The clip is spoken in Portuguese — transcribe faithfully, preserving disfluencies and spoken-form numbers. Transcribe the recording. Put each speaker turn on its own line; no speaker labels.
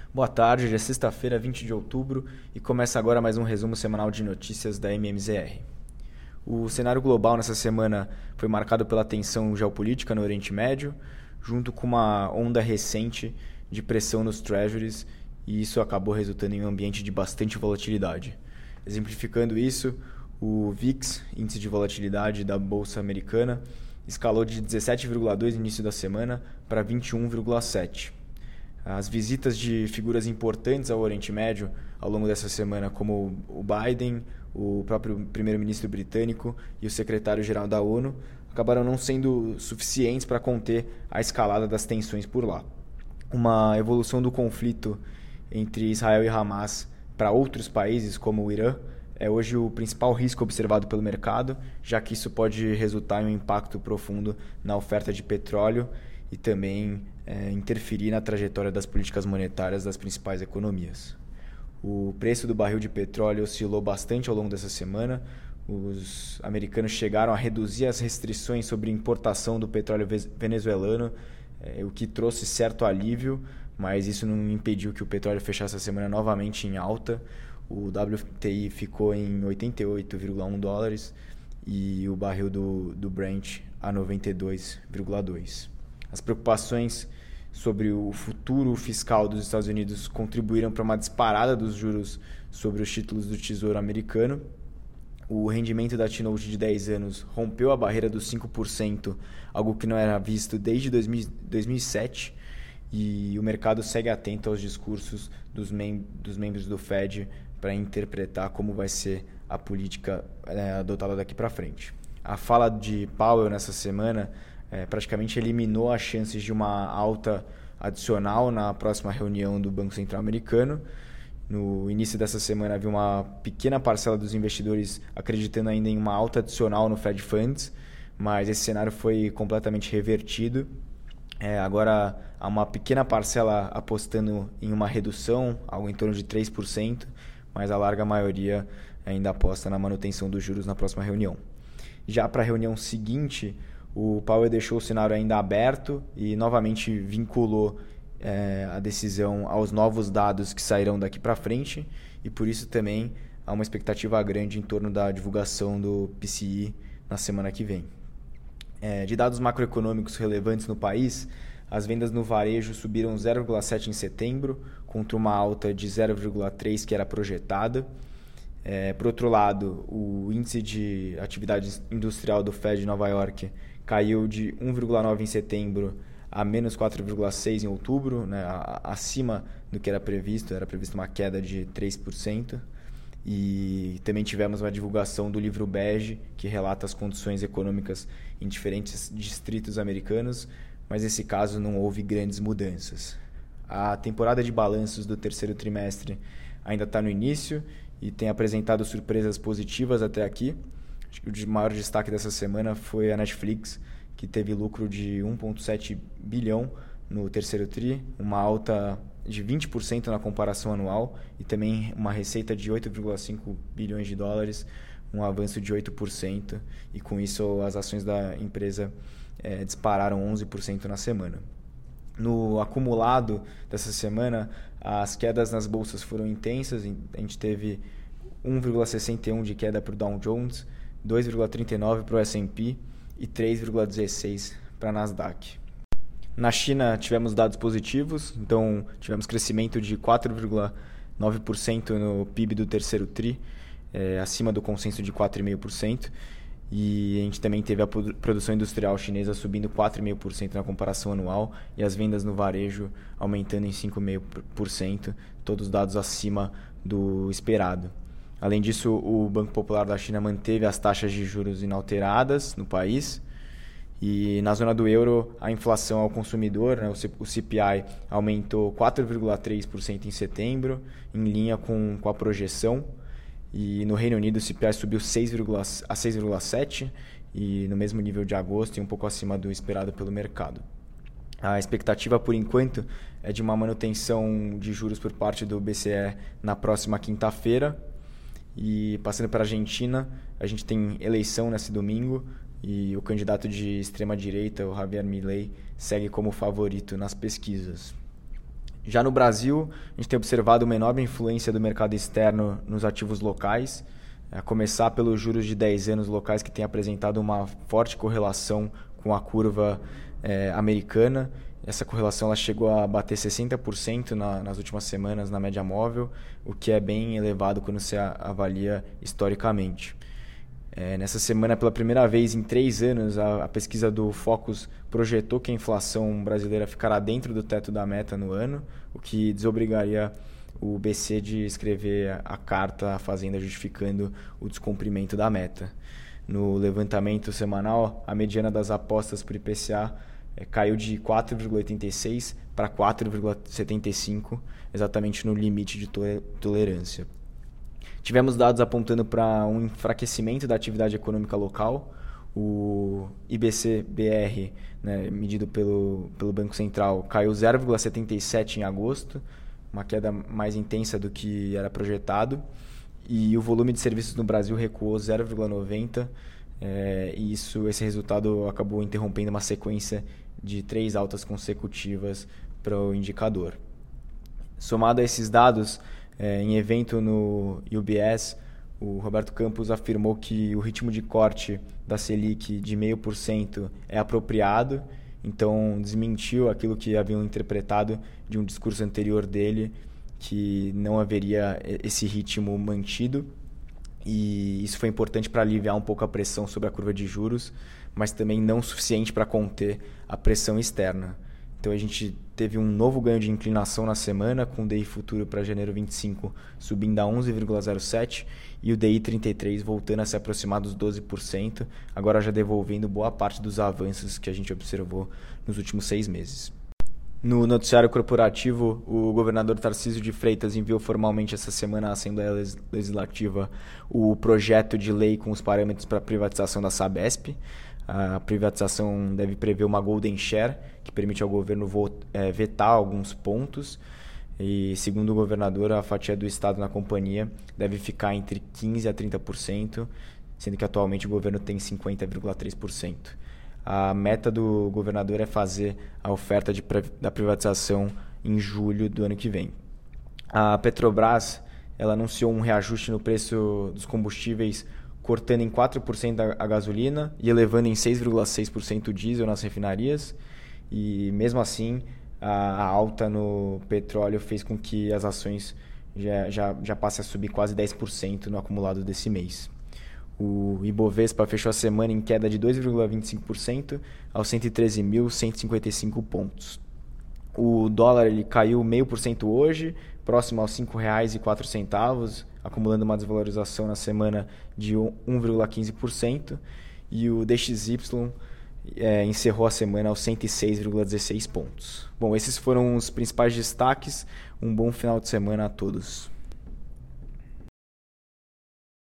Boa tarde, hoje é sexta-feira, vinte de outubro, e começa agora mais um resumo semanal de notícias da M M Z R. O cenário global nessa semana foi marcado pela tensão geopolítica no Oriente Médio, junto com uma onda recente de pressão nos treasuries, e isso acabou resultando em um ambiente de bastante volatilidade. Exemplificando isso, o V I X, índice de volatilidade da Bolsa Americana, escalou de dezessete vírgula dois no início da semana para vinte e um vírgula sete. As visitas de figuras importantes ao Oriente Médio ao longo dessa semana, como o Biden, o próprio primeiro-ministro britânico e o secretário-geral da ONU, acabaram não sendo suficientes para conter a escalada das tensões por lá. Uma evolução do conflito entre Israel e Hamas para outros países, como o Irã, é hoje o principal risco observado pelo mercado, já que isso pode resultar em um impacto profundo na oferta de petróleo e também é, interferir na trajetória das políticas monetárias das principais economias. O preço do barril de petróleo oscilou bastante ao longo dessa semana. Os americanos chegaram a reduzir as restrições sobre importação do petróleo venezuelano, é, o que trouxe certo alívio, mas isso não impediu que o petróleo fechasse a semana novamente em alta. O W T I ficou em oitenta e oito vírgula um dólares e o barril do, do Brent a noventa e dois vírgula dois. As preocupações sobre o futuro fiscal dos Estados Unidos contribuíram para uma disparada dos juros sobre os títulos do Tesouro americano. O rendimento da T-Note de dez anos rompeu a barreira dos cinco por cento, algo que não era visto desde dois mil e sete, e o mercado segue atento aos discursos dos, mem- dos membros do Fed para interpretar como vai ser a política é, adotada daqui para frente. A fala de Powell nessa semana é, praticamente eliminou as chances de uma alta adicional na próxima reunião do Banco Central americano. No início dessa semana havia uma pequena parcela dos investidores acreditando ainda em uma alta adicional no Fed Funds, mas esse cenário foi completamente revertido. É, agora há uma pequena parcela apostando em uma redução, algo em torno de três por cento, mas a larga maioria ainda aposta na manutenção dos juros na próxima reunião. Já para a reunião seguinte, o Powell deixou o cenário ainda aberto e novamente vinculou é, a decisão aos novos dados que sairão daqui para frente, e por isso também há uma expectativa grande em torno da divulgação do P C I na semana que vem. É, de dados macroeconômicos relevantes no país, as vendas no varejo subiram zero vírgula sete por cento em setembro, contra uma alta de zero vírgula três por cento que era projetada. É, por outro lado, o índice de atividade industrial do Fed de Nova York caiu de um vírgula nove por cento em setembro a menos quatro vírgula seis por cento em outubro, né, acima do que era previsto, era previsto uma queda de três por cento. E também tivemos uma divulgação do livro bege, que relata as condições econômicas em diferentes distritos americanos, mas nesse caso não houve grandes mudanças. A temporada de balanços do terceiro trimestre ainda está no início e tem apresentado surpresas positivas até aqui. Acho que o maior destaque dessa semana foi a Netflix, que teve lucro de um vírgula sete bilhão no terceiro tri, uma alta de vinte por cento na comparação anual e também uma receita de oito vírgula cinco bilhões de dólares, um avanço de oito por cento, e com isso as ações da empresa é, dispararam onze por cento na semana. No acumulado dessa semana, as quedas nas bolsas foram intensas. A gente teve um vírgula sessenta e um de queda para o Dow Jones, dois vírgula trinta e nove para o S and P e três vírgula dezesseis para a Nasdaq. Na China tivemos dados positivos, então tivemos crescimento de quatro vírgula nove por cento no P I B do terceiro tri, é, acima do consenso de quatro vírgula cinco por cento. E a gente também teve a produção industrial chinesa subindo quatro vírgula cinco por cento na comparação anual e as vendas no varejo aumentando em cinco vírgula cinco por cento, todos dados acima do esperado. Além disso, o Banco Popular da China manteve as taxas de juros inalteradas no país. E na zona do euro, a inflação ao consumidor, né, o C P I, aumentou quatro vírgula três por cento em setembro, em linha com, com a projeção. E no Reino Unido, o C P I subiu seis, a seis vírgula sete por cento e no mesmo nível de agosto e um pouco acima do esperado pelo mercado. A expectativa, por enquanto, é de uma manutenção de juros por parte do B C E na próxima quinta-feira. E passando para a Argentina, a gente tem eleição nesse domingo e o candidato de extrema-direita, o Javier Milei, segue como favorito nas pesquisas. Já no Brasil, a gente tem observado uma enorme influência do mercado externo nos ativos locais, a começar pelos juros de dez anos locais, que têm apresentado uma forte correlação com a curva eh, americana. Essa correlação ela chegou a bater sessenta por cento na, nas últimas semanas na média móvel, o que é bem elevado quando se avalia historicamente. É, nessa semana, pela primeira vez em três anos, a, a pesquisa do Focus projetou que a inflação brasileira ficará dentro do teto da meta no ano, o que desobrigaria o B C de escrever a carta à Fazenda justificando o descumprimento da meta. No levantamento semanal, a mediana das apostas por I P C A é, caiu de quatro vírgula oitenta e seis para quatro vírgula setenta e cinco, exatamente no limite de tolerância. Tivemos dados apontando para um enfraquecimento da atividade econômica local. O I B C B R, né, medido pelo, pelo Banco Central, caiu zero vírgula setenta e sete em agosto, uma queda mais intensa do que era projetado. E o volume de serviços no Brasil recuou zero vírgula noventa, é, e isso, esse resultado acabou interrompendo uma sequência de três altas consecutivas para o indicador. Somado a esses dados, É, em evento no U B S, o Roberto Campos afirmou que o ritmo de corte da Selic de zero vírgula cinco por cento é apropriado, então desmentiu aquilo que haviam interpretado de um discurso anterior dele, que não haveria esse ritmo mantido, e isso foi importante para aliviar um pouco a pressão sobre a curva de juros, mas também não suficiente para conter a pressão externa. Então a gente teve um novo ganho de inclinação na semana, com o D I futuro para janeiro vinte e cinco subindo a onze vírgula zero sete e o D I trinta e três voltando a se aproximar dos doze por cento, agora já devolvendo boa parte dos avanços que a gente observou nos últimos seis meses. No noticiário corporativo, o governador Tarcísio de Freitas enviou formalmente essa semana à Assembleia Legislativa o projeto de lei com os parâmetros para a privatização da Sabesp. A privatização deve prever uma golden share, que permite ao governo vetar alguns pontos. E, segundo o governador, a fatia do Estado na companhia deve ficar entre quinze por cento a trinta por cento, sendo que atualmente o governo tem cinquenta vírgula três por cento. A meta do governador é fazer a oferta de, da privatização em julho do ano que vem. A Petrobras ela anunciou um reajuste no preço dos combustíveis, cortando em quatro por cento a gasolina e elevando em seis vírgula seis por cento o diesel nas refinarias. E mesmo assim, a alta no petróleo fez com que as ações já, já, já passem a subir quase dez por cento no acumulado desse mês. O Ibovespa fechou a semana em queda de dois vírgula vinte e cinco por cento aos cento e treze mil cento e cinquenta e cinco pontos. O dólar ele caiu zero vírgula cinco por cento hoje, próximo aos cinco reais e quatro centavos, acumulando uma desvalorização na semana de um vírgula quinze por cento. E o D X Y é, encerrou a semana aos cento e seis vírgula dezesseis pontos. Bom, esses foram os principais destaques. Um bom final de semana a todos.